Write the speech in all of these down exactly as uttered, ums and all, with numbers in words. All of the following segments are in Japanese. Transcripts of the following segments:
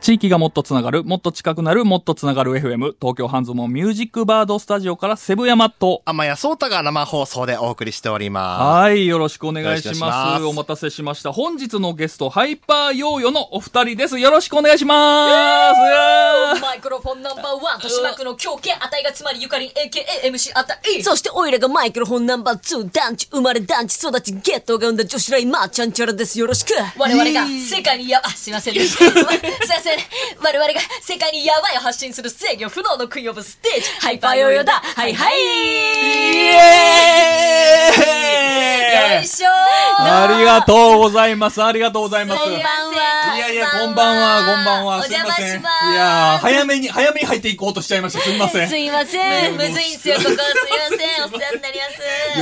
地域がもっとつながる、もっと近くなる、もっとつながる エフエム、東京ハンズモンミュージックバードスタジオからセブヤマと天谷聡太が生放送でお送りしております。 はい、よろしくお願いします。 ますお待たせしました。本日のゲスト、ハイパーヨーヨのお二人です。よろしくお願いします。 マイクロフォンナンバーワン、豊島区の狂犬、あたいがつまりゆかりん エーケーエーエムシー あたい。 そしてオイラがマイクロフォンナンバーツー、団地生まれ団地育ちゲットが生んだ女子ライマーちゃんちゃらです。よろしく。 我々が世界にや、あ、すいませんね。すいません。我々が世界にヤバいを発信する制御不能のクイーンオブステージ、ハイパーヨーヨーだ。はいはい。イエーイ。よいしょー。 ありがとうございます。ありがとうございます。 こんばんは。 いやいや、こんばんは、こんばんは。すいません。 お邪魔します。 いや早めに、早めに入っていこうとしちゃいました。すいません。 すいません。むずいんすよ、ここ。すいません。お世話になります。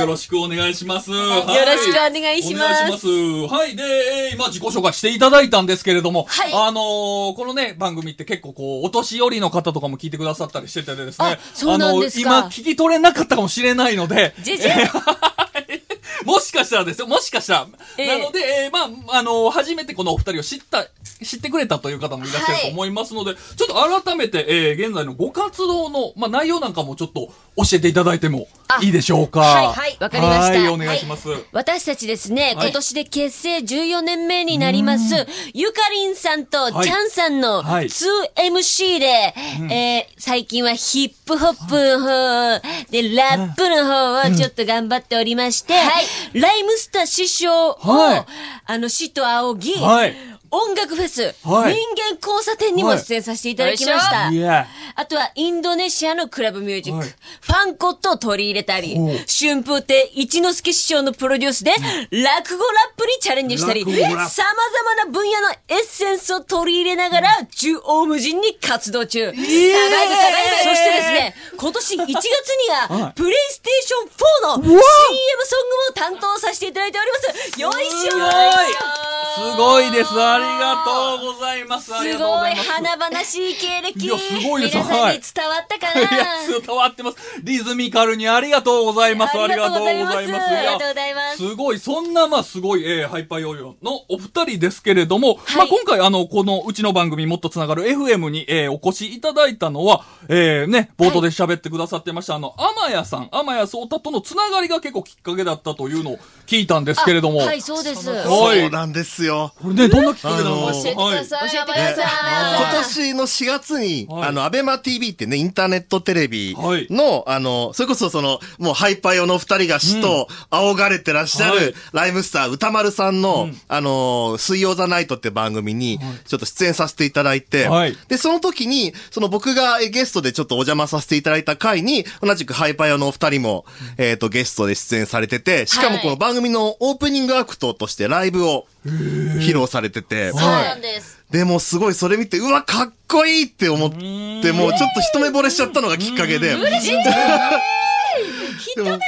よろしくお願いします。よろしくお願いします。 お願いします。はい。で、えー、今自己紹介していただいたんですけれども、 はい、 あのー、このね、番組って結構こう、お年寄りの方とかも聞いてくださったりしててですね、 あ、そうなんですか。 あの、今聞き取れなかったかもしれないので、 じじもしかしたらですよ、もしかしたら。 えー、 なので、えー、まあ、あのー、初めてこのお二人を知った、知ってくれたという方もいらっしゃると思いますので、はい、ちょっと改めて、えー、現在のご活動の、まあ、内容なんかもちょっと教えていただいてもいいでしょうか。 はいはい、わかりました。 はい、お願いします。はい、 私たちですね、今年で結成じゅうよねんめになります、ゆかりんさんとチャンさんの ツーエムシー で、はいえー、最近はヒップホップの方で、ラップの方をちょっと頑張っておりまして、はい、ライムスター師匠を、はい、あの、師と仰ぎ、はい音楽フェス、はい、人間交差点にも出演させていただきました。はい、あとはインドネシアのクラブミュージック、はい、ファンコットを取り入れたり、春風亭一之輔師匠のプロデュースで、落語ラップにチャレンジしたり、様々な分野のエッセンスを取り入れながら、縦横無尽に活動中。えー、そしてですね、今年いちがつには、プレイステーションフォーの シーエム ソングも担当させていただいております。よいしょー。 すごいです。ありがとうございます。 すごい華々しい経歴。 いや、すごいです。 皆さんに伝わったかな、 はい、いや、伝わってます。リズミカルにありがとうございます。ありがとうございます。 ありがとうございます。 すごい。そんな、まあ、すごい、えー、ハイパーヨーヨーのお二人ですけれども、はい、まあ、今回、あの、このうちの番組もっとつながる エフエム に、えー、お越しいただいたのは、えー、ね、冒頭で喋ってくださってました、はい、あの、天谷さん、天谷聡太とのつながりが結構きっかけだったというのを聞いたんですけれども。 はい、そうです。 そうなんですよ。 これね、どんなきっかけなのか教えてください。教えてください。 今年のしがつに、はい、あの、アベマ ティービー ってね、インターネットテレビの、はい、あの、それこそその、もうハイパー用の二人が死と仰がれてらっしゃる、うん、ライムスター歌丸さんの、うん、あの、水曜ザナイトって番組に、ちょっと出演させていただいて、はい、で、その時に、その僕がゲストでちょっとお邪魔させていただいた回に、同じくハイパー用のお二人も、うん、えっと、ゲストで出演されてて、しかもこの番組のオープニングアクトとしてライブを披露されてて、 そうなんです。 でもすごいそれ見て、うわ、かっこいいって思って、もうちょっと一目惚れしちゃったのがきっかけで。 嬉しい。一目惚れだなんて。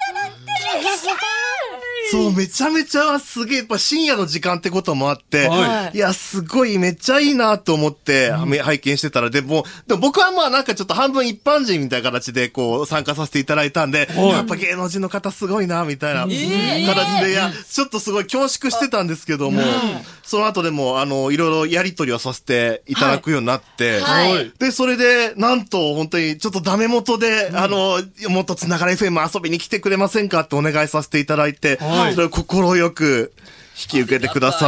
そう、めちゃめちゃすげえ、やっぱ深夜の時間ってこともあって、はい、いや、すごいめっちゃいいなと思って、うん、拝見してたら、でも、でも僕はまあなんかちょっと半分一般人みたいな形でこう参加させていただいたんで、はい、やっぱ芸能人の方すごいな、みたいな形で、いや、ちょっとすごい恐縮してたんですけども、うん、その後でも、あの、いろいろやりとりをさせていただくようになって、はいはい、で、それで、なんと本当にちょっとダメ元で、うん、あの、もっとつながれ エフエム 遊びに来てくれませんかってお願いさせていただいて、はいそれを心よく引き受けてくださって。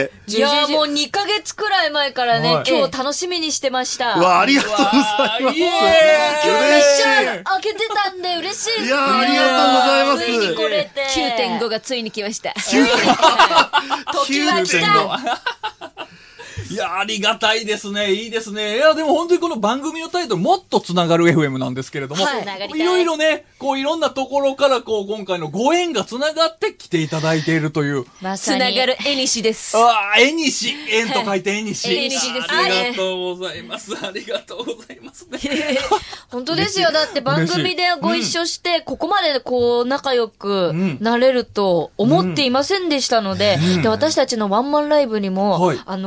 いやもうにかげつくらい前からね、はい、今日楽しみにしてました。 うわ、ありがとうございます。 今日めっちゃ開けてたんで嬉しいですね。 いやありがとうございます。 ついにこれて。 きゅうてんご がついに来ました。 時は来た。 いや、ありがたいですね。いいですね。いや、でも本当にこの番組のタイトル、もっとつながる エフエム なんですけれども、はい、いろいろね、こういろんなところからこう今回のご縁がつながってきていただいているという。 まさに。つながるえにしです。 ああ、えにし。縁と書いてえにし。 えにしですね。 ありがとうございます。ありがとうございますね。 本当ですよ。だって番組でご一緒して、ここまでこう仲良くなれると思っていませんでしたので、で、私たちのワンマンライブにも、はい、あの、天谷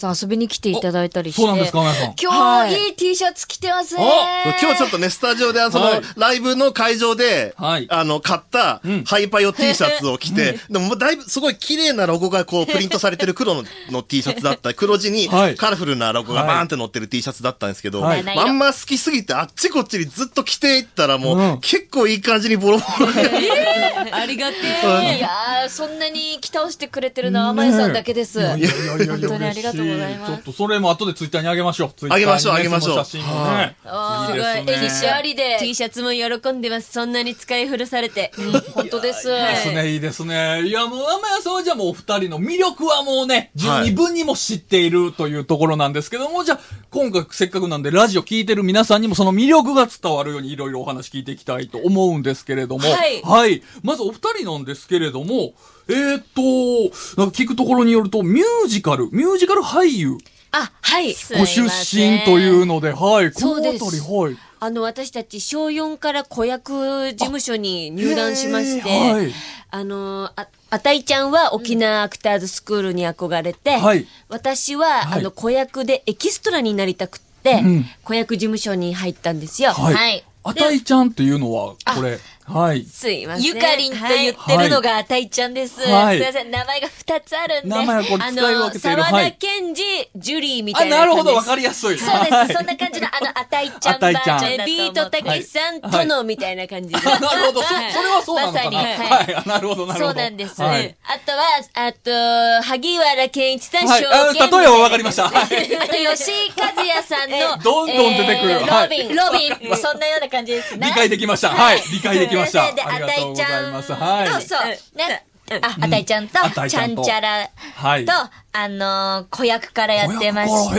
さん遊びに来ていただいたりして。 そうなんですか、皆さん。 今日いい T シャツ着てますね。 今日ちょっとね、スタジオで、その、ライブの会場で、あの、買った、ハイパヨ T シャツを着て、でも、だいぶ、すごい綺麗なロゴがこう、プリントされてる黒のの T シャツだった。黒地に、カラフルなロゴがバーンって載ってる T シャツだったんですけど、まんま好きすぎて、あっちこっちにずっと着ていったら、もう、結構いい感じにボロボロ。 ありがてえ。 いやー、そんなに着倒してくれてるのは甘えさんだけです。 いやいやいやいや、 本当にありがとうございます。 ちょっとそれも後でツイッターにあげましょう。 あげましょう、あげましょう。 写真もね。 すごい、絵にしありで。 T シャツも喜んでます。そんなに使い古されて。 本当です。 いいですね、いいですね。いや、もう、甘谷さんはじゃあもうお二人の魅力はもうね、十二分にも知っているというところなんですけども、じゃあ、今回せっかくなんでラジオ聞いてる皆さんにもその魅力が伝わるようにいろいろお話聞いていきたいと思うんですけれども、 はい。 はい。まずお二人なんですけれども、えーっと、なんか聞くところによると、ミュージカル、ミュージカル俳優。 あ、はい。 ご出身というので、はい。 そうです。 このあたり、はい。 あの、私たち小よんから子役事務所に入団しまして、 はい、 あの、あ、あたいちゃんは沖縄アクターズスクールに憧れて、はい、私は、はい、あの、子役でエキストラになりたくって、うん、子役事務所に入ったんですよ。 はい。はい、あたいちゃんっていうのは、これ、はい。 すいません。 ゆかりんと言ってるのがあたいちゃんです。はい、すいません。名前が二つあるんで。 名前はこれ使い分けてる。 あの、沢田健二、ジュリーみたいな。 あ、なるほど、わかりやすい。 そうです。そんな感じの、あの、あたいちゃんバージョンだと思って。 ビートたけしさんとのみたいな感じで。 なるほど。それはそうなのかな。まさに。はい。なるほど、なるほど。 そうなんです。あとは、あと、萩原健一さん、 はい。例えばわかりました。 あと、吉井和也さんの、 どんどん出てくる。 ロビン、ロビン。そんなような感じですね。 理解できました。はい。理解できました。ありがとうございます。 あたいちゃんと、そう、ね。あ、あたいちゃんと、ちゃんちゃらと、あの、子役からやってまして、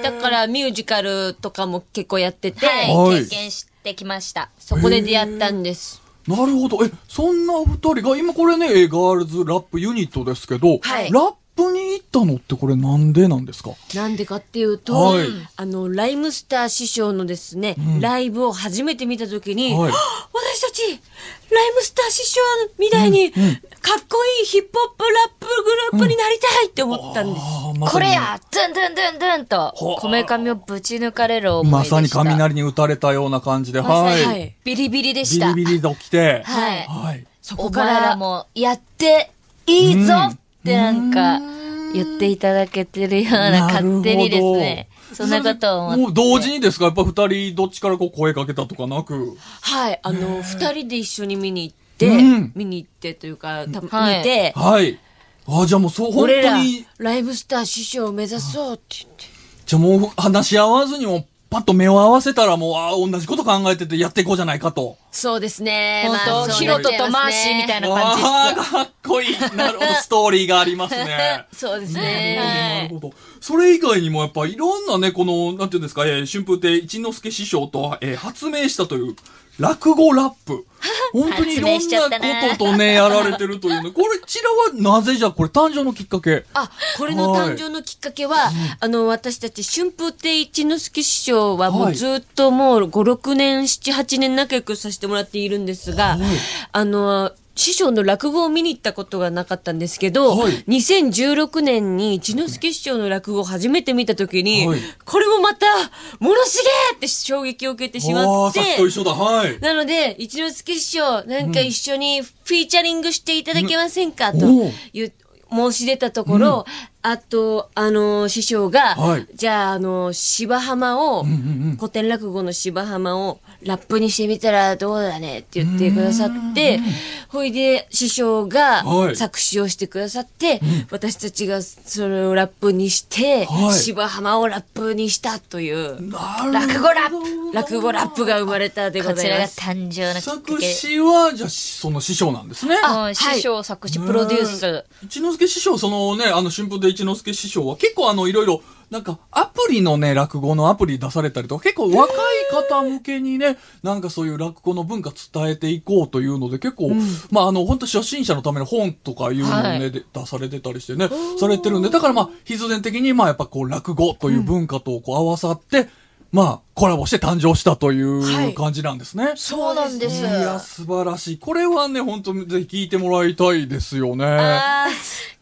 だからミュージカルとかも結構やってて、 経験してきました。 そこで出会ったんです。 なるほど。え、そんなお二人が、今これね、ガールズラップユニットですけど、はい、ラップに行ったのってこれなんでなんですか？ なんでかっていうと、はい、あの、ライムスター師匠のですね、うん、ライブを初めて見たときに、はい、私たち、ライムスター師匠みたいに、うんうん、かっこいいヒップホップラップグループになりたいって思ったんです。 うん、これやドゥンドゥンドゥンドゥンと、こめかみをぶち抜かれる思いでした。 まさに雷に打たれたような感じで、はい。はい、 ビリビリでした。 ビリビリと来て、 はい。はい、そこから、お前らもやっていいぞ、うんってなんか言っていただけてるような勝手にですね。そんなことを思って。もう同時にですか？やっぱ二人どっちからこう声かけたとかなく。 はい。あの、二人で一緒に見に行って、うん、見に行ってというか、た見て。 はい。あ、じゃあもうそう、本当に。俺ら、 ライブスター師匠を目指そうって言って。 じゃあもう話し合わずにも、パッと目を合わせたらもう、ああ、同じこと考えててやっていこうじゃないかと。 そうですね。 本当、まあ、ヒロトとマーシーみたいな感じです。 ああ、かっこいい。なるほど、ストーリーがありますね。 そうですね。 なるほど。それ以外にもやっぱいろんなね、この、なんていうんですか、えー、春風亭一之輔師匠と、えー、発明したという、落語ラップ。本当にいろんなこととね、やられてるというの。これ、ちらはなぜじゃ、これ誕生のきっかけ。 あ、これの誕生のきっかけは、はい、あの、私たち春風亭一之輔師匠はもうずっともうご、ろくねん、なな、はちねん仲良くさせてもらっているんですが、はい、あの、師匠の落語を見に行ったことがなかったんですけど、はい、にせんじゅうろくねんに一之輔師匠の落語を初めて見たときに、はい、これもまた、ものすげーって衝撃を受けてしまって、 さっきと一緒だ、はい。 なので、一之輔師匠、なんか一緒にフィーチャリングしていただけませんか、うん、という申し出たところ、うん、あと、あの、師匠が、はい、じゃあ、あの、芝浜を、うんうんうん、古典落語の芝浜をラップにしてみたらどうだねって言ってくださって、ほいで、師匠が作詞をしてくださって、はい、私たちがそれをラップにして、はい、芝浜をラップにしたという、落語ラップ落語ラップが生まれたでございます。 こちらが誕生のきっかけ。 作詞は、じゃあ、その師匠なんですね。 あ、師匠、作詞、プロデュース。 一之輔師匠、そのね、あの、春風亭一之輔師匠は結構あの、いろいろ、なんか、アプリのね、落語のアプリ出されたりとか、結構若い方向けにね、なんかそういう落語の文化伝えていこうというので、結構、うん、まあ、あの、本当初心者のための本とかいうのをね、はい、出されてたりしてね、されてるんで、だからまあ、必然的に、まあ、やっぱこう、落語という文化とこう合わさって、うん、まあ、コラボして誕生したという感じなんですね。はい、 そうなんです。 いや、素晴らしい。これはね、本当ぜひ聞いてもらいたいですよね。あ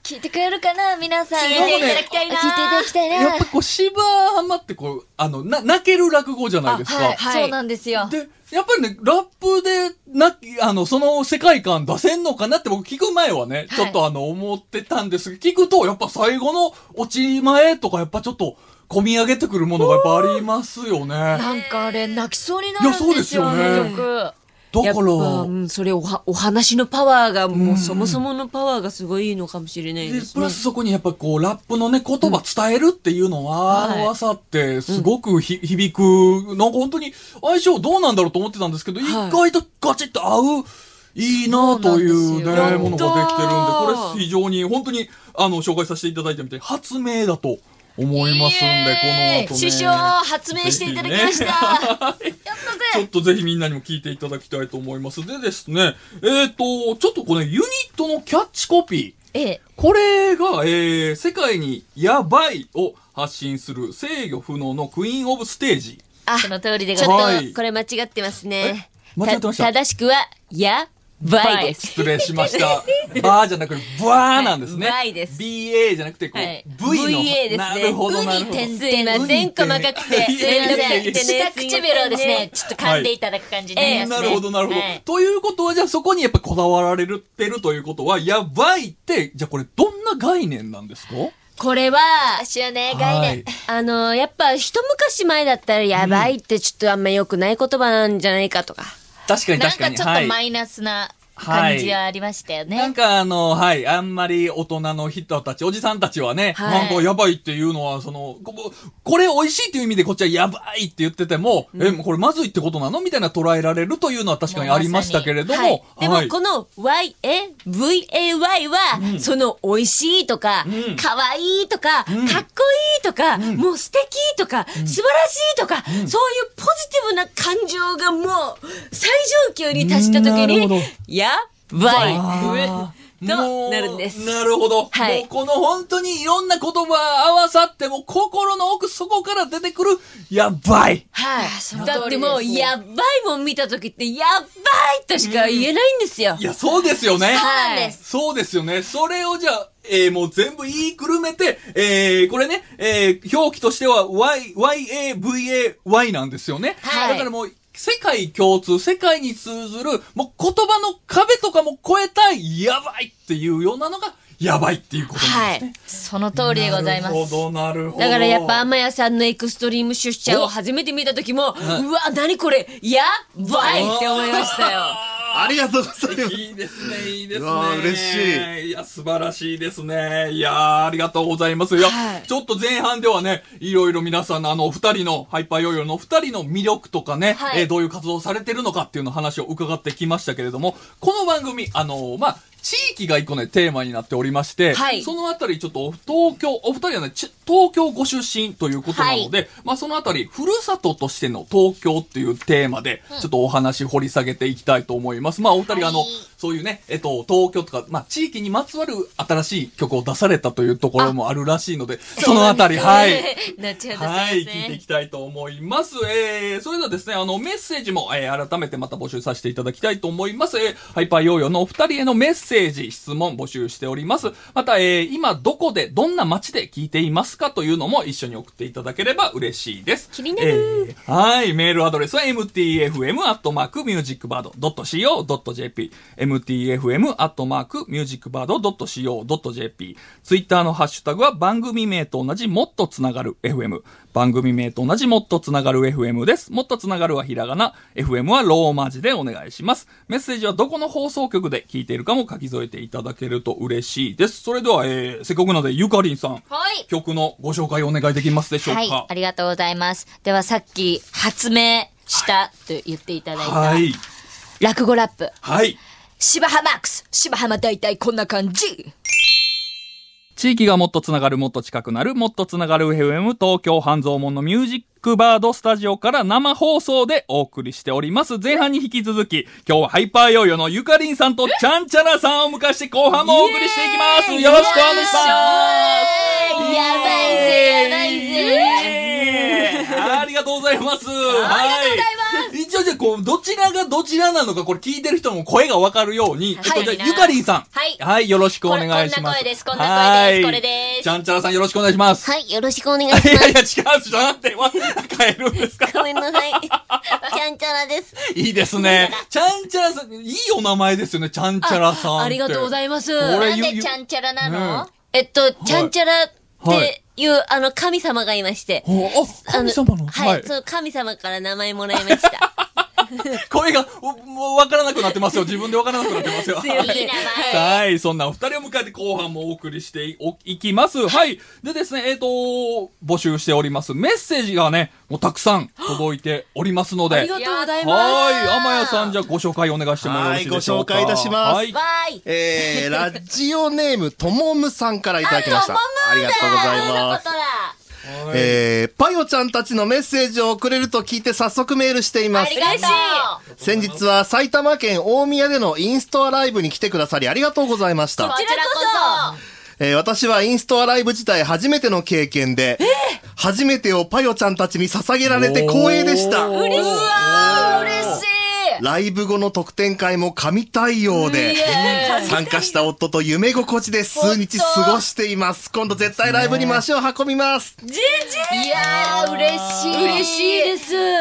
聞いてくれるかな皆さん。 聞いていただきたいな。 聞いていただきたいな。 やっぱこう、芝浜ってこう、あの、な、泣ける落語じゃないですか。 はい、 はいそうなんですよ。 で、やっぱりね、ラップで、な、あの、その世界観出せんのかなって僕聞く前はね、ちょっとあの、思ってたんですけど、聞くと、やっぱ最後の落ち前とか、やっぱちょっと、込み上げてくるものがやっぱありますよね。 なんかあれ、泣きそうになるんですよ。 いやそうですよねあの曲。 だから、 やっぱうんそれおはお話のパワーがもうそもそものパワーがすごいいいのかもしれないでですね。 プラスそこにやっぱこう、ラップのね、言葉伝えるっていうのは、 はい合わさって、すごくひ、響く、なんか本当に相性どうなんだろうと思ってたんですけど、 はい意外とガチッと合う、いいなというそうなんね、ものができてるんで、 やったーこれ非常に本当に、あの、紹介させていただいてみて、発明だと思いますんで、この後ね。 師匠発明していただきました。 ちょっとぜひみんなにも聞いていただきたいと思います。でですね、えっ、と、ちょっとこれユニットのキャッチコピー。 ええ。 これが、えー、世界にやばいを発信する制御不能のクイーンオブステージ。 あ、 その通りでごちょざいます。 はいっとこれ間違ってますね。 え間違ってましたた正しくは、やばいです。 失礼しました。バーじゃなくて、バーなんですね。 はい バイですビーエー じゃなくて、こう、 はいブイ の。 ブイエー ですねなるほど、 うになるほど。 点すいません、細かくて。 いやいやいやいや下唇をですね、ちょっと噛んでいただく感じになりますね。 なるほど、なるほど、 はいということは、じゃあそこにやっぱこだわられてるということは、やばいって、じゃあこれどんな概念なんですか？ これは、 私はね、概念。 あの、やっぱ一昔前だったらやばいってちょっとあんま良くない言葉なんじゃないかとか。 確かになん確かに。 かちょっとマイナスな感じはありましたよね。 なんかあの、はい、あんまり大人の人たち、おじさんたちはね、 はいなんかやばいっていうのは、その、ここれ美味しいっていう意味でこっちはやばいって言ってても、え、これまずいってことなのみたいな捉えられるというのは確かにありましたけれども、 はい。でもはいこの Y、え ブイエーワイ は、その美味しいとか、 ん可愛いとか、かっこいいとか、もう素敵とか、素晴らしいとか、そういうポジティブな感情がもう最上級に達した時になるほど、 やばい。 あーともうなるんですなるほど。 はいもうこの本当にいろんな言葉合わさっても心の奥底から出てくる、やばい。 はい。 その通りですだってもう、やばいもん見た時って、やばいとしか言えないんですよ。 いや、そうですよね。 そうなんですそうですよね。それをじゃあ、えー、もう全部言いくるめて、えー、これね、えー、表記としては Y、ワイエーブイエーワイ なんですよね。 はいだからもう、世界共通、世界に通ずる、もう言葉の壁とかも超えたやばいっていうようなのが、やばいっていうことなんですね。 その通りでございます。 なるほど、なるほど。 だからやっぱ、天谷さんのエクストリーム出社を初めて見た時も、うわ、何これ、やばいって思いましたよ。 ありがとうございます。 いいですね、いいですね。 うわー嬉しい。いや、素晴らしいですね。いやー、ありがとうございます。いや、 はいちょっと前半ではね、いろいろ皆さんのあの、二人の、ハイパーヨーヨーの二人の魅力とかね、 はいえーどういう活動をされてるのかっていうの話を伺ってきましたけれども、この番組、あのーまあ、地域が一個ね、テーマになっておりまして、 はいそのあたりちょっと東京、お二人はね、ち東京ご出身ということなので、まあそのあたり、ふるさととしての東京っていうテーマで、ちょっとお話掘り下げていきたいと思います。まあお二人あの、 はいそういうね、えっと、東京とか、まあ地域にまつわる新しい曲を出されたというところもあるらしいので、そのあたり、はい。 後ほどはい、 すいません聞いていきたいと思います。えー、それではですね、あの、メッセージも、えー、改めてまた募集させていただきたいと思います。えー、ハイパーヨーヨーのお二人へのメッセージ、質問募集しております。また、えー、今どこで、どんな街で聞いていますかというのも一緒に送っていただければ嬉しいです。 気になるえーはい、メールアドレスは エムティーエフエム アットマーク ミュージックバード ドットシーオー ドットジェーピー エムティーエフエム アットマーク ミュージックバード ドットシーオー ドットジェーピー ツイッターのハッシュタグは番組名と同じもっとつながる エフエム。番組名と同じもっとつながる エフエム です。もっとつながるはひらがな、エフエム はローマ字でお願いします。メッセージはどこの放送局で聞いているかも書き添えていただけると嬉しいです。それでは、えー、せっかくなのでゆかりんさん、 はい。 曲のご紹介お願いできますでしょうか。 はい。ありがとうございます。ではさっき発明したと言っていただいた、 はい。 落語ラップ。 はい。 芝浜マックス。芝浜大体こんな感じ。 地域がもっとつながる、もっと近くなる、もっとつながる エフエム 東京半蔵門のミュージックバードスタジオから生放送でお送りしております。前半に引き続き、今日はハイパーヨーヨーのゆかりんさんとちゃんちゃらさんを迎えして後半もお送りしていきます。よろしくお願いします。 やばいぜ、やばいぜ。 えーありがとうございます。ありがとうございます。一一応じゃあこう、どちらがどちらなのか、これ聞いてる人も声がわかるように、 はいえっと、じゃあゆかりんさん。 はい。 はい、よろしくお願いします。 こんな声です、こんな声です、これです。 ちゃんちゃらさんよろしくお願いします。 はい、よろしくお願いします。 いやいや、違う、ちょっと待って、わ、変えるんですか？ ごめんなさい。ちゃんちゃらです。 いいですね。ちゃんちゃらさん、いいお名前ですよね、ちゃんちゃらさん。 ありがとうございます。 なんでちゃんちゃらなの？ えっと、ちゃんちゃらっていう、あの、神様がいまして。 あ、神様のはい、その神様から名前もらいました。 声が、もうわからなくなってますよ。自分でわからなくなってますよ。 いい名前。 はい。そんなお二人を迎えて後半もお送りしていきます。はい。でですね、えっと、募集しております。メッセージがね、もうたくさん届いておりますので。 ありがとうございます。 はい。天谷さん、じゃあご紹介お願いしてもよろしいでしょうか。 はい、ご紹介いたします。 はい。 えー、ラジオネーム、ともむさんからいただきました。あ, ありがとうございます。えー、パヨちゃんたちのメッセージを送れると聞いて早速メールしています。 嬉しい。 先日は埼玉県大宮でのインストアライブに来てくださりありがとうございました。 こちらこそ。えー、私はインストアライブ自体初めての経験で、えー、初めてをパヨちゃんたちに捧げられて光栄でした。 嬉しい。嬉しい。 ライブ後の特典会も神対応で、参加した夫と夢心地で数日過ごしています。今度絶対ライブにも足を運びます。 じじいやー、嬉しい。 嬉しいです。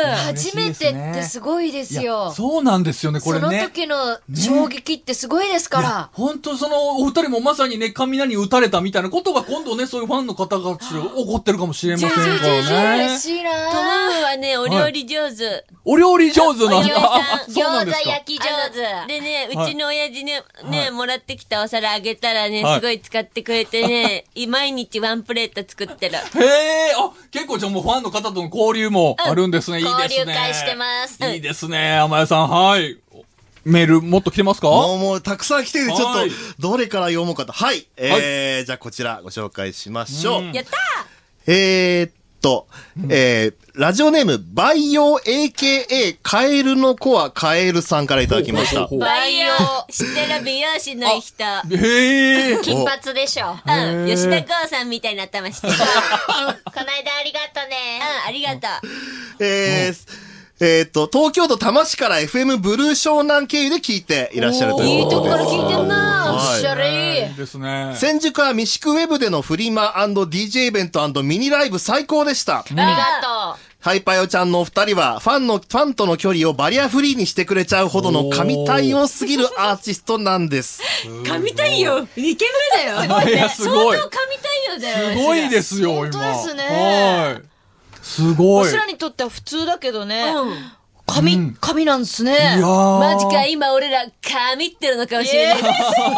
初めてってすごいですよ。 そうなんですよね、これね。 その時の衝撃ってすごいですから。 本当そのお二人もまさにね、雷に打たれたみたいなことが今度ね、そういうファンの方が起こってるかもしれませんからね。 嬉しいなー。 トムはね、お料理上手。 お料理上手なんだ。 餃子焼き上手。でね、うちの親父ね、ね、もらってきたお皿あげたらね、すごい使ってくれてね、毎日ワンプレート作ってる。 へえ、あ、結構じゃあもうファンの方との交流もあるんですね。いいですね。 交流会してます。 いいですね。天谷さん、はい。メールもっと来てますか？ もう、もう、たくさん来てるんで、ちょっと、どれから読もうかと。はい。えー、じゃあこちらご紹介しましょう。 やったーえーっと、えー、ラジオネーム、バイヨー エーケーエー カエルの子はカエルさんからいただきました。 バイヨー、知ってる美容師の人。 へー。 金髪でしょ。 うん、吉田剛さんみたいになってました。この間ありがとね。 うん、ありがとう。 えー、えーっと、東京都多摩市から エフエム ブルー湘南経由で聞いていらっしゃるということです。 いいとこから聞いてんな。おはいしゃれいいですね。 先宿は三宿ウェブでのフリマ&ディージェー イベント&ミニライブ最高でした。 ありがとう。 ハイパヨちゃんのお二人は、ファンの、ファンとの距離をバリアフリーにしてくれちゃうほどの神対応すぎるアーティストなんです。 神対応イケメンだよ。すごいね。 すごい。 相当神対応だよ。 すごいですよ、今。 本当ですね。 はい。すごい。 私らにとっては普通だけどね。 うん。 神、うん、神なんですね。いやー。 マジか、今俺ら、神ってるのかもしれないです。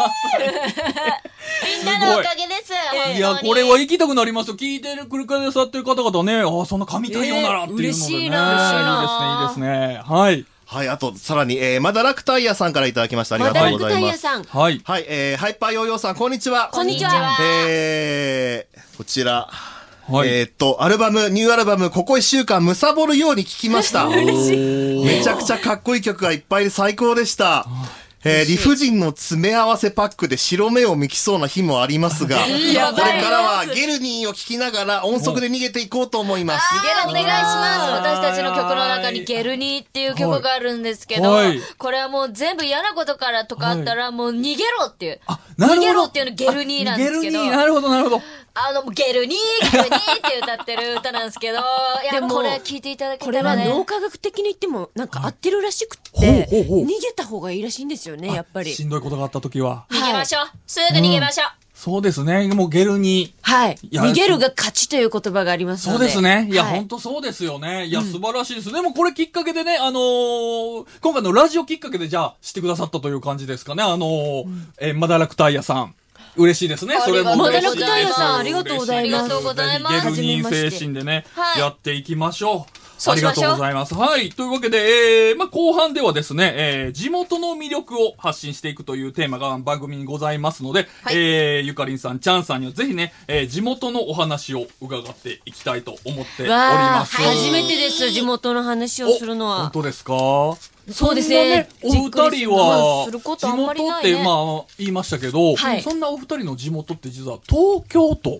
みんなのおかげです。 いや、これは行きたくなりますよ。聞いてる、くるかでさってる方々ね、ああ、そんな神対応ならっていうのでね。 嬉しいな。 いいですね、いいですね。はい。 はい、あと、さらに、えー、マダラクタイヤさんからいただきました。ありがとうございます。マダラクタイヤさん。 はい。 はい、えー、ハイパーヨーヨーさん、こんにちは。 こんにちは。 えー、こちら。 はい、 えー、っと、アルバム、ニューアルバム、ここ一週間、むさぼるように聴きました。めちゃくちゃかっこいい曲がいっぱいで最高でした。えー、理不尽の詰め合わせパックで白目を向きそうな日もありますが、これからはゲルニーを聴きながら音速で逃げていこうと思います。 お願いします。私たちの曲の中にゲルニーっていう曲があるんですけど、はい、これはもう全部嫌なことからとかあったらもう逃げろっていう。 あ、なるほど。 逃げろっていうのゲルニーなんですけど。 ゲルニー、なるほど、なるほど。 あの、ゲルニー、ゲルニーって歌ってる歌なんですけど、いや、これ聞いていただけたらね。 これは脳科学的に言ってもなんか合ってるらしくって、逃げた方がいいらしいんですよね、やっぱり。 しんどいことがあった時は。 逃げましょう。すぐ逃げましょう。 そうですね。もうゲルニー。はい。逃げるが勝ちという言葉がありますので。 そうですね。いや、ほんとそうですよね。いや、素晴らしいです。でもこれきっかけでね、あのー、今回のラジオきっかけでじゃあ知ってくださったという感じですかね。あのー、え、マダラクタイヤさん。嬉しいですね。それもマダラクタイヤさん、ありがとうございます。 ありがとうございます。 ゲルニー精神でね、やっていきましょう。ありがとうございます。はい。というわけで、えー、まあ、後半ではですね、えー、地元の魅力を発信していくというテーマが番組にございますので、はい、えー、ゆかりんさん、ちゃんさんにはぜひね、えー、地元のお話を伺っていきたいと思っております。 初めてです、地元の話をするのは。 本当ですか？ そうですね。 お二人は、 地元ってまあ言いましたけど、はい、そんなお二人の地元って実は東京都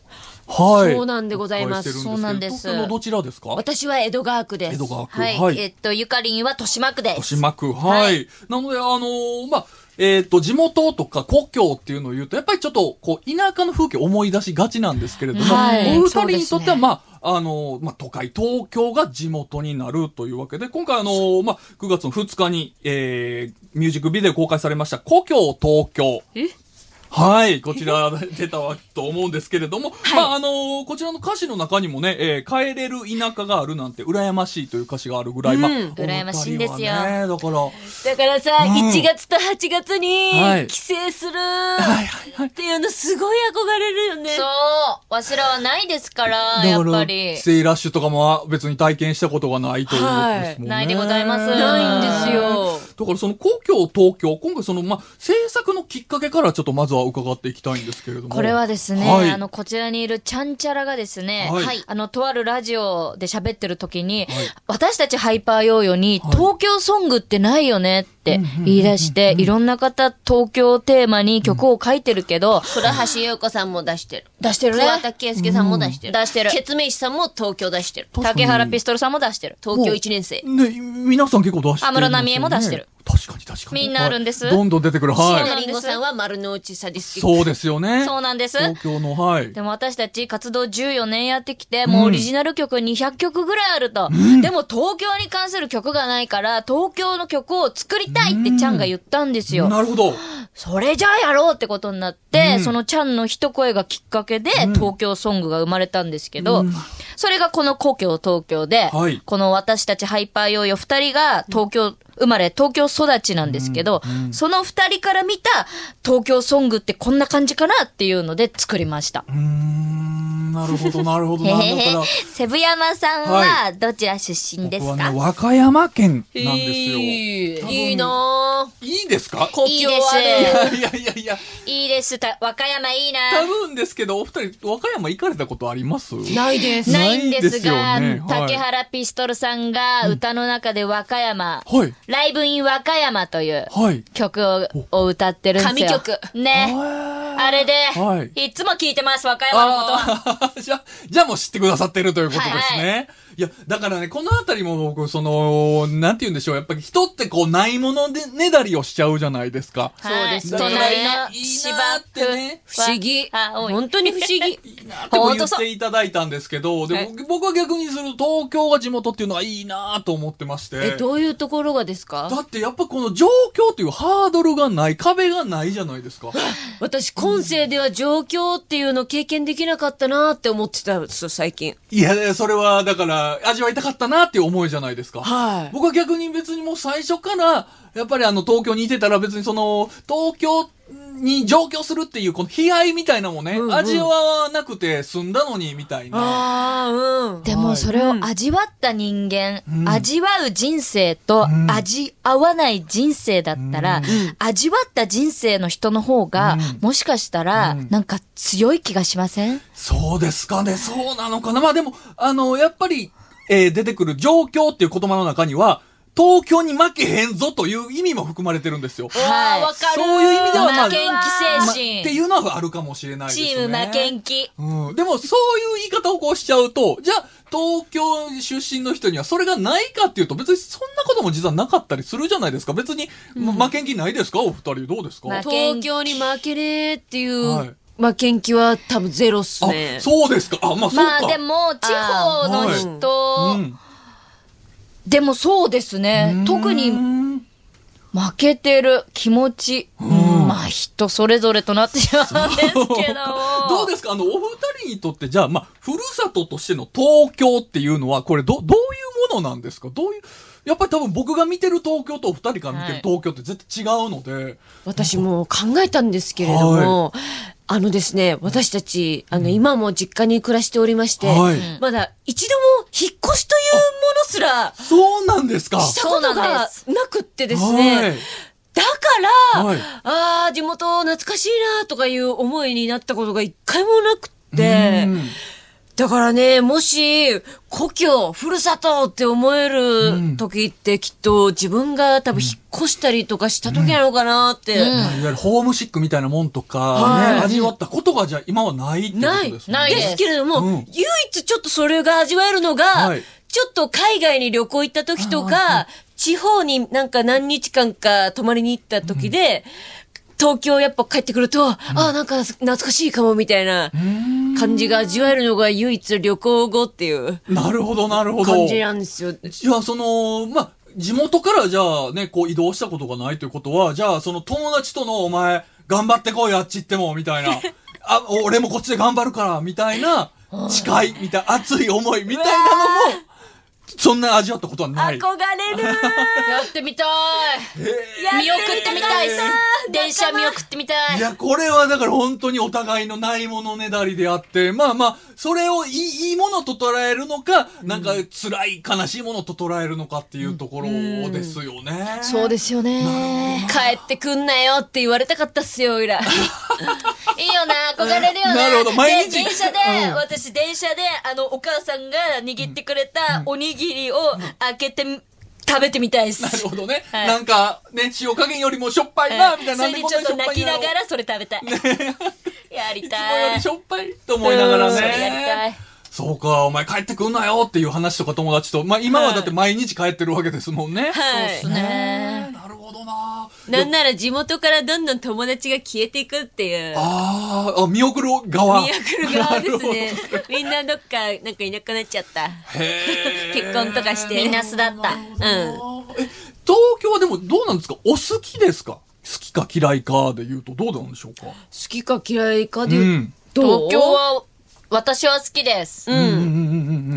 はい。 そうなんでございます。 そうなんです。 東京のどちらですか？ 私は江戸川区です。 江戸川区。 はい。はい、えっと、ゆかりんは豊島区です。 豊島区。はい。はい、なので、あのー、まあ、えっ、ー、と、地元とか故郷っていうのを言うと、やっぱりちょっと、こう、田舎の風景を思い出しがちなんですけれども、はい、お二人にとっては、まあ、あのー、まあ、都会、東京が地元になるというわけで、今回あのー、まあ、くがつのふつかに、えー、ミュージックビデオ公開されました、故郷東京。えはい、こちら出たわと思うんですけれども、はい、まあ、あのー、こちらの歌詞の中にもね、えー、帰れる田舎があるなんて羨ましいという歌詞があるぐらい、うん、まあ、 羨ましいんですよ。 ね、だから。だからさ、うん、いちがつとはちがつに帰省するっていうのすごい憧れるよね。 そう。わしらはないですから、やっぱり。 帰省ラッシュとかも別に体験したことがないということですもんね。 はい、ないでございます。 ないんですよ。 だからその故郷東京、今回その、まあ、制作のきっかけからちょっとまずは伺っていきたいんですけれども。 これはですね、はい、あの、こちらにいるちゃんちゃらがですね、はい、あの、とあるラジオで喋ってる時に、はい、私たちハイパーヨーヨーに、東京ソングってないよねって言い出して、いろんな方、東京テーマに曲を書いてるけど、 倉橋優子さんも出してる。 出してるね。 桑田佳祐さんも出してる。 出してる。 ケツメイシさんも東京出してる。 竹原ピストルさんも出してる。 東京いちねん生。 ね、皆さん結構出してる。 安室奈美恵も出してる。 確かに確かに。 みんなあるんです。 どんどん出てくる。はい。 椎名林檎さんは丸の内サディスティック。そうですよね。 そうなんです。 東京の、はい。 でも私たち活動じゅうよねんやってきて、もうオリジナル曲にひゃっきょくぐらいあると。うん、でも東京に関する曲がないから、東京の曲を作りたいってちゃんが言ったんですよ。 うん、なるほど。 それじゃあやろうってことになって、うん、そのちゃんの一声がきっかけで、東京ソングが生まれたんですけど、うん、それがこの故郷東京で、はい、この私たちハイパーヨーヨー二人が東京、生まれ、東京育ちなんですけど、うんうん、その二人から見た東京ソングってこんな感じかなっていうので作りました。 うーん、なるほど、なるほど。なんだからセブ山さんはどちら出身ですか？ 僕はね、和歌山県なんですよ。 いいなぁ。 いいですか？ 故郷ある。 いやいやいやいや。 いいです。和歌山いいな。 多分ですけど、お二人、和歌山行かれたことあります？ ないです。 ないんですが、 ね、 竹原ピストルさんが歌の中で和歌山、 はい、 ライブイン和歌山という曲を、を歌ってるんですよ。 神曲。 ね。あれで、はい、いつも聞いてます、和歌山のことは。 じゃ、じゃあもう知ってくださってるということですね。はいはい、いや、だからね、このあたりも僕、その、なんて言うんでしょう。やっぱり人ってこう、ないものでねだりをしちゃうじゃないですか。 そうです。 隣の芝ってね。 不思議。本当に不思議。いいなって言っていただいたんですけど、でも、はい、僕は逆にすると東京が地元っていうのがいいなと思ってまして。 え、どういうところがですか？ だってやっぱこの状況っていうハードルがない、壁がないじゃないですか。 私、今世では状況っていうのを経験できなかったなって思ってたんですよ、最近。 いや、それはだから、味わいたかったなっていう思いじゃないですか。 はい。 僕は逆に別にもう最初から、やっぱりあの東京にいてたら別にその、東京に上京するっていうこの悲哀みたいなのもね、うんうん、味わわなくて済んだのにみたいな。 ああ、うん。 でもそれを味わった人間、うん、味わう人生と味合わない人生だったら、うん、味わった人生の人の方が、うん、もしかしたら、なんか強い気がしません？ そうですかね、そうなのかな。まあでも、あの、やっぱり、えー、出てくる状況っていう言葉の中には、東京に負けへんぞという意味も含まれてるんですよ。 はい。わかる。 そういう意味ではまあ、 負けん気精神、 ま。っていうのはあるかもしれないですね。 チーム負けん気。 うん。でもそういう言い方をこうしちゃうと、じゃあ、東京出身の人にはそれがないかっていうと別にそんなことも実はなかったりするじゃないですか。別に、うん、負けん気ないですか？お二人どうですか？ 東京に負けねーっていう、はい、負けん気は多分ゼロっすね。 あ、そうですか。あ、まあそうか。 まあでも、地方の人、はいうん、でもそうですね。特に負けてる気持ち、まあ人それぞれとなってしまうんですけども。 どうですか？あの、お二人にとってじゃあ、まあ、ふるさととしての東京っていうのは、これど、どういうものなんですか？どういう、やっぱり多分僕が見てる東京とお二人から見てる東京って絶対違うので。はい、 私も考えたんですけれども、はい、あのですね、私たち、あの、今も実家に暮らしておりまして、はい、まだ一度も引っ越しというものすら、 そうなんですか。 したことがなくってですね、はい、だから、はい、ああ、地元懐かしいなとかいう思いになったことが一回もなくって、 だからね、もし、故郷、ふるさとって思える時ってきっと自分が多分引っ越したりとかした時なのかなって。うんうん、 いわゆるホームシックみたいなもんとか、ね、はい、味わったことがじゃあ今はないってことですね。 ない、ないですけれども、うん、唯一ちょっとそれが味わえるのが、はい、ちょっと海外に旅行行った時とか、地方になんか何日間か泊まりに行った時で、うん、東京やっぱ帰ってくると、うん、あ、なんか懐かしいかもみたいな感じが味わえるのが唯一旅行後っていう。 なるほど、なるほど。 感じなんですよ。 じゃあ、その、まあ、地元からじゃあね、こう移動したことがないということは、じゃあその友達とのお前、頑張ってこい、あっち行っても、みたいな。あ、俺もこっちで頑張るから、みたいな、誓い、みたいな、熱い思い、みたいなのも、そんな味わったことはない。 憧れるやってみたい、えー、見送ってみたい電車見送ってみたい。 いや、これはだから本当にお互いのないものねだりであって、まあまあ、それをいい、いいものと捉えるのか、うん、なんか辛い悲しいものと捉えるのかっていうところですよね。 うん、そうですよね。 帰ってくんなよって言われたかったっすよ、おいら。いいよな、憧れるよな。 なるほど、毎日。 で電車で、うん、私電車で、あの、お母さんが握ってくれたおにぎりを開けて、うん食べてみたいです。 なるほどね。はい、なんか、ね、塩加減よりもしょっぱいな、みたいな。 それでちょっと泣きながらそれ食べたい。ね、やりたい。いつもよりしょっぱいと思いながらね。 それやりたい。 そうか、お前帰ってくんなよっていう話とか友達と。まあ今はだって毎日帰ってるわけですもんね。 はい。そうですね。 なるほどな。 なんなら地元からどんどん友達が消えていくっていう。 ああ、見送る側。 見送る側ですね。みんなどっかなんかいなくなっちゃった。へ結婚とかして。みんな巣だった。うん。 え、東京はでもどうなんですか？お好きですか？好きか嫌いかで言うとどうなんでしょうか？好きか嫌いかで言う、うん、 東京は私は好きです。 うん。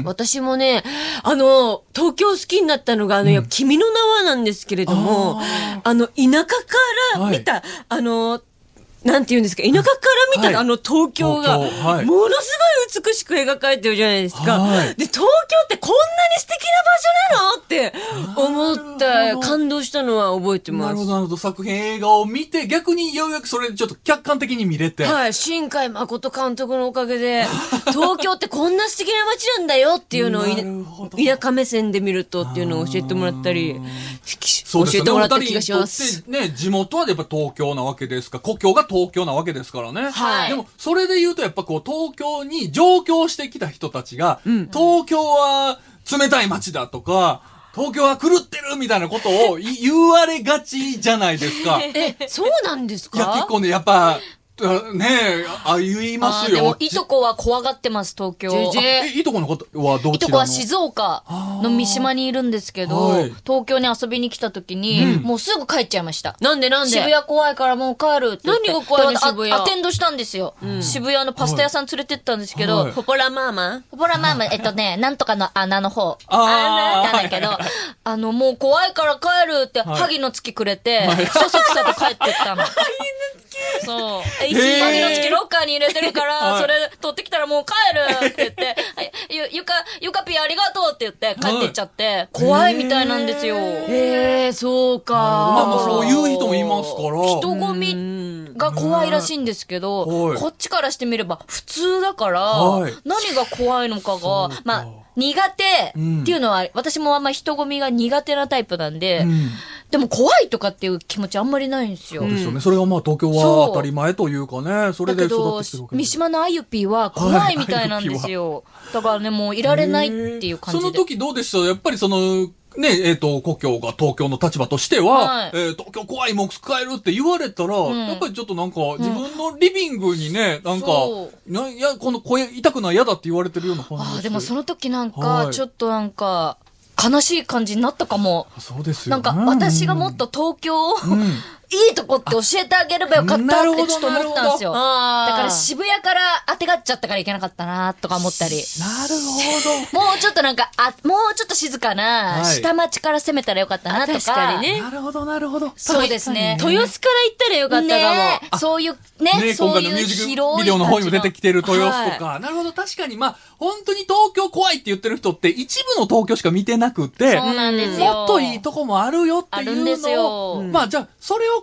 私もね、あの、東京好きになったのが、あの、うん、君の名はなんですけれども、あ, あの、田舎から見た、はい、あの、なんて言うんですか、田舎から見た、はい、あの東京が、東京、はい、ものすごい美しく描かれてるじゃないですか。はい、で、東京ってこんなに素敵な場所なのって思った、感動したのは覚えてます。 なるほど、なるほど。作品映画を見て、逆にようやくそれちょっと客観的に見れて。 はい、新海誠監督のおかげで、東京ってこんな素敵な街なんだよっていうのを、田舎目線で見るとっていうのを教えてもらったり、教えてもらった気がします。 ね、地元はやっぱ東京なわけですから、故郷が東京なわけですからね。 はい。 でも、それで言うとやっぱこう、東京に上京してきた人たちが、うん、東京は冷たい街だとか、東京は狂ってるみたいなことを言われがちじゃないですか。 え、そうなんですか？ いや、結構ね、やっぱ、ねえ、あ、言いますよ。 でも、いとこは怖がってます、東京。 え、いとこの方はどちらの？いとこは静岡の三島にいるんですけど、はい、東京に遊びに来た時に、うん、もうすぐ帰っちゃいました。 なんでなんで？ 渋谷怖いからもう帰るって言って。 何が怖いの？渋谷。 アテンドしたんですよ、うん。渋谷のパスタ屋さん連れてったんですけど、はい、 ポポラマーマポポラマーマ、えっとね、なんとかの穴の方。 ああなんだけど、はい、あの、もう怖いから帰るって、はい、萩の月くれて、はい、そそくさと帰ってったの。 萩の月そう。萩の月ロッカーに入れてるから、はい、それ取ってきたらもう帰るって言って、ゆ、ゆか、ゆかぴーありがとうって言って帰ってっちゃって、はい、怖いみたいなんですよ。 へえ、そうか。 まあまあそういう人もいますから。 人混みが怖いらしいんですけど、こっちからしてみれば普通だから、はい、何が怖いのかが、まあ、苦手っていうのは、うん、私もあんま人混みが苦手なタイプなんで、うん、でも怖いとかっていう気持ちあんまりないんですよ。 そうですよね。それがまあ東京は当たり前というかね、それで育ってきてるわけで。 三島のあゆぴーは怖いみたいなんですよ。だからね、もういられないっていう感じで。 その時どうでした？やっぱりその、ね、えっ、ー、と、故郷が東京の立場としては、はい、えー、東京怖い、もう帰るって言われたら、うん、やっぱりちょっとなんか、自分のリビングにね、うん、なんか、ないや、この声痛くない嫌だって言われてるような感じです。 あ、でもその時なんか、はい、ちょっとなんか、悲しい感じになったかも。 そうですよね。 なんか、私がもっと東京を、うん、いいとこって教えてあげればよかったってちょっと思ったんですよ。だから渋谷から当てがっちゃったからいけなかったなとか思ったり。 なるほど。もうちょっとなんか、あ、もうちょっと静かな下町から攻めたらよかったなとか。 確かにね。 なるほど、なるほど。 そうですね。 豊洲から行ったらよかったかも。そういう、ね、 ね、今回のミュージックビデオの方にも出てきてる豊洲とか。なるほど、確かに、まあ、本当に東京怖いって言ってる人って一部の東京しか見てなくて、 そうなんですよ。 もっといいとこもあるよっていうのを、 あるんですよ。 まあ、じゃあ、それをこう、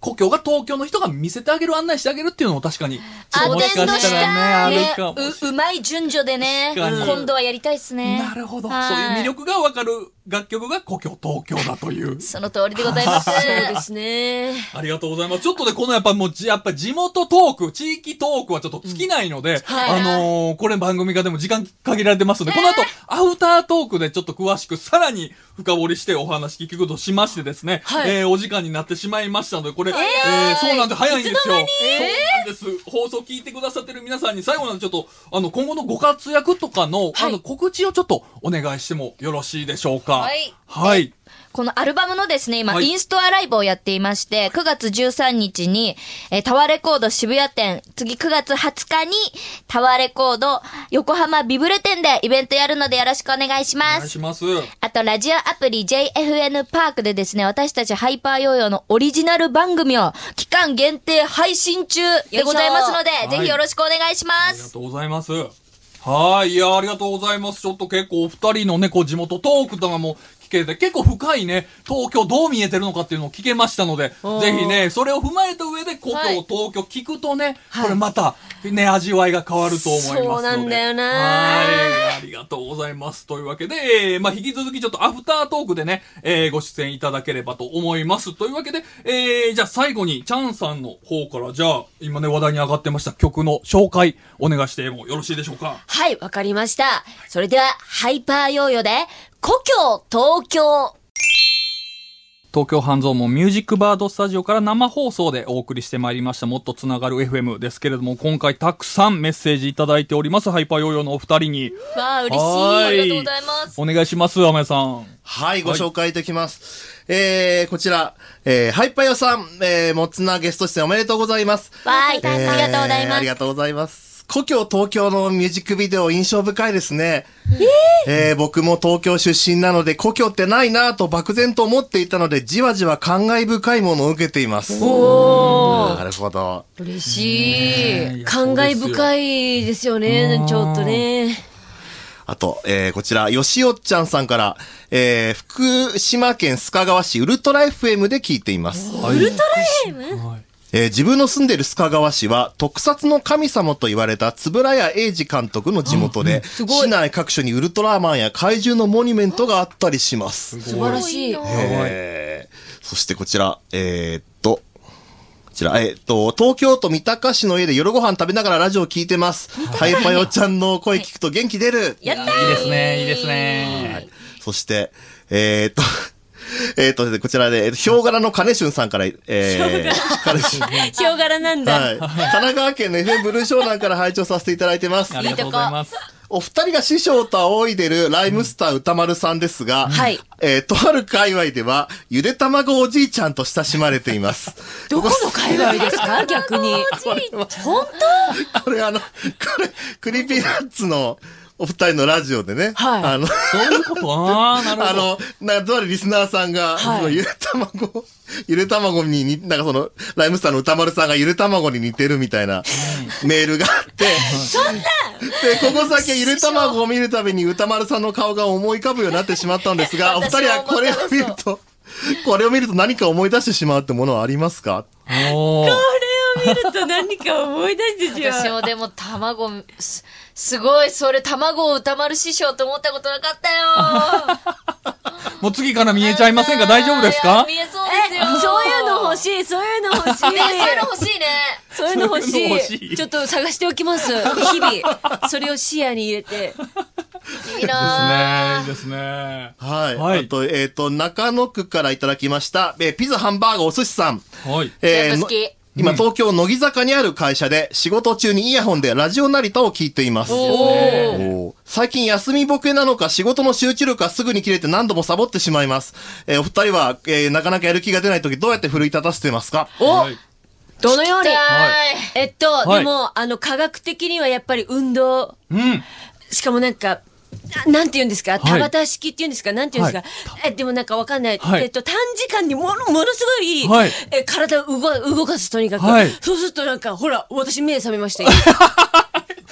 故郷が東京の人が見せてあげる、案内してあげるっていうのも確かに、 ちょっともしかしたらね、あるかもしれない。 う、うまい順序でね、今度はやりたいっすね。 なるほど。そういう魅力がわかる楽曲が故郷東京だという。 その通りでございます。そうですね。 ありがとうございます。ちょっとね、このやっぱもう、やっぱ地元トーク、地域トークはちょっと尽きないので、うんはい、あのー、これ番組がでも時間限られてますので、えー、この後、アフタートークでちょっと詳しく、さらに深掘りしてお話聞くことしましてですね、はい、えー、お時間になってしまいましたので、これ、えーえー、そうなんで早いんですよ。そうなんです。放送聞いてくださってる皆さんに最後なんでちょっと、あの、今後のご活躍とかの、はい、あの、告知をちょっとお願いしてもよろしいでしょうか。はい。はい。 このアルバムのですね、今、はい、インストアライブをやっていまして、くがつじゅうさんにちに、えー、タワーレコード渋谷店、次くがつはつかに、タワーレコード横浜ビブレ店でイベントやるのでよろしくお願いします。お願いします。 あと、ラジオアプリ ジェイエフエヌ パークでですね、私たちハイパーヨーヨーのオリジナル番組を期間限定配信中でございますので、ぜひよろしくお願いします。 ありがとうございます。はい。いや、ありがとうございます。ちょっと結構お二人のね、こう地元トークとかも聞けて、結構深いね、東京どう見えてるのかっていうのを聞けましたので、ぜひね、それを踏まえた上で故郷、はい、東京聞くとね、これまた、ね、味わいが変わると思いますので。 そうなんだよなはい。ありがとうございます。というわけで、えー、まあ、引き続きちょっとアフタートークでね、えー、ご出演いただければと思います。というわけで、えー、じゃあ最後に、チャンさんの方から、じゃあ、今ね、話題に上がってました曲の紹介、お願いしてもよろしいでしょうか。 はい、わかりました。それでは、ハイパーヨーヨーで、故郷東京。 東京半蔵門ミュージックバードスタジオから生放送でお送りしてまいりましたもっとつながる エフエム ですけれども、今回たくさんメッセージいただいております。ハイパーヨーヨーのお二人に。 わあ、嬉しい。ありがとうございます。 お願いします、あまやさん。 はい、ご紹介いただきます。はい、えー、こちら、えー、ハイパーヨーさん、えー、もつなゲスト出演おめでとうございます。 わーい、えー、ありがとうございます。 ありがとうございます。故郷東京のミュージックビデオ印象深いですね。えーえー、僕も東京出身なので故郷ってないなぁと漠然と思っていたので、じわじわ感慨深いものを受けています。 おー。 なるほど。 嬉しい。感慨深いですよね、ちょっとね。 あと、えー、こちら、よしおっちゃんさんから、えー、福島県須賀川市ウルトラ エフエム で聞いています。 ウルトラ エフエム？ はい。 えー、自分の住んでいる須賀川市は特撮の神様と言われた円谷英二監督の地元で、うん、市内各所にウルトラマンや怪獣のモニュメントがあったりします。 素晴らしい。 えー、そしてこちら、えー、っと、こちら、えー、っと、東京都三鷹市の家で夜ご飯食べながらラジオ聞いてます。ハイパヨちゃんの声聞くと元気出る。 やったー。 いいですね、いいですね。 はい、そして、えー、っと、えっと、こちらで、えっと、ヒョウ柄の金春さんから、えー、 ヒョウ柄なんだ。 はい。神奈川県の エフエム ブルー湘南から拝聴させていただいてます。 ありがとうございます。 お二人が師匠と仰いでるライムスター歌丸さんですが、 はい。 えー、とある界隈では、ゆで卵おじいちゃんと親しまれています。 どこの界隈ですか逆に。本当？ あれ、あの、これ、クリーピーナッツの、お二人のラジオでね。 はい。 あの、 そういうことああ、なるほど。 あの、なんか、とあるリスナーさんが、はい、そのゆで卵、ゆで卵にに、なんかその、ライムスターの歌丸さんがゆで卵に似てるみたいなメールがあって。 そんなで、 ここ先ゆで卵を見るたびに歌丸さんの顔が思い浮かぶようになってしまったんですが、お二人はこれを見ると、これを見ると何か思い出してしまうってものはありますか？ これを見ると何か思い出してしまう。 私もでも卵、す、すごい、それ卵を歌丸師匠と思ったことなかったよ。 もう次から見えちゃいませんが大丈夫ですか？ 見えそうですよ。 そういうの欲しい、そういうの欲しい。ね、そういうの欲しいね。 そういうの欲しい。ちょっと探しておきます。日々。それを視野に入れて。 いいなぁ。いいですね。いいですね。 はい。 はい。 あと、えっと、中野区からいただきました、えー、ピザ、ハンバーガー、お寿司さん。 はい。 えー、好き。 今、東京乃木坂にある会社で仕事中にイヤホンでラジオ成田を聞いています。お最近休みボケなのか仕事の集中力がすぐに切れて何度もサボってしまいます。えー、お二人は、えー、なかなかやる気が出ないときどうやって奮い立たせてますか？ お、はい、どのように、 はい、 えっと、はい、でも、あの、科学的にはやっぱり運動。 うん。 しかもなんか、なんて言うんですか、田畑式って言うんですか、なんて言うんですか、はい、え、でもなんかわかんない。はい、えっと、短時間にもの、ものすごい、はい、え、体を動、動かすとにかく、はい。そうするとなんか、ほら、私目覚めましたよ。こ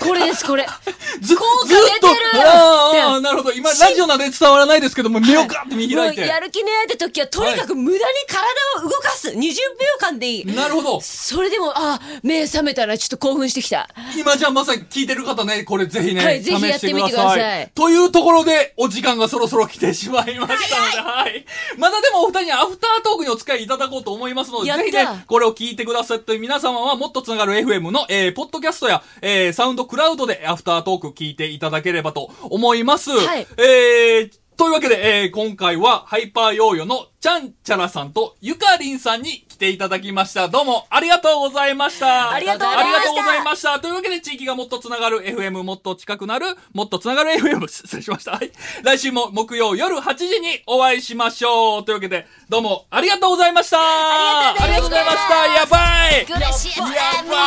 これです、これ。 ず、 効果出てるああ、なるほど。今、ラジオなんで伝わらないですけども、目をガーって見開いて。 もうやる気ねえって時は、とにかく無駄に体を動かす。にじゅうびょうかんでいい。 なるほど。 それでも、あ、目覚めたらちょっと興奮してきた。 今じゃあまさに聞いてる方ね、これぜひね、 はい、ぜひやってみてください。 というところで、お時間がそろそろ来てしまいましたので、はい。まだでもお二人にアフタートークにお付き合いいただこうと思いますので、ぜひね、これを聞いてくださっている皆様は、もっとつながる エフエム の、えー、ポッドキャストや、えー、サウンドクラウドでアフタートーク聞いていただければと思います。はい。えー、というわけで、えー、今回はハイパーヨーヨのちゃんちゃらさんとゆかりんさんに来ていただきました。どうもありがとうございました。 ありがとうございました。 ありがとうございました。というわけで、地域がもっとつながる エフエム、もっと近くなる、もっとつながる エフエム、失礼しました。はい。来週も木曜夜はちじにお会いしましょう。というわけで、どうもありがとうございました。 ありがとうございました。 ありがとうございました。やばい。 グラシアス。 やばい。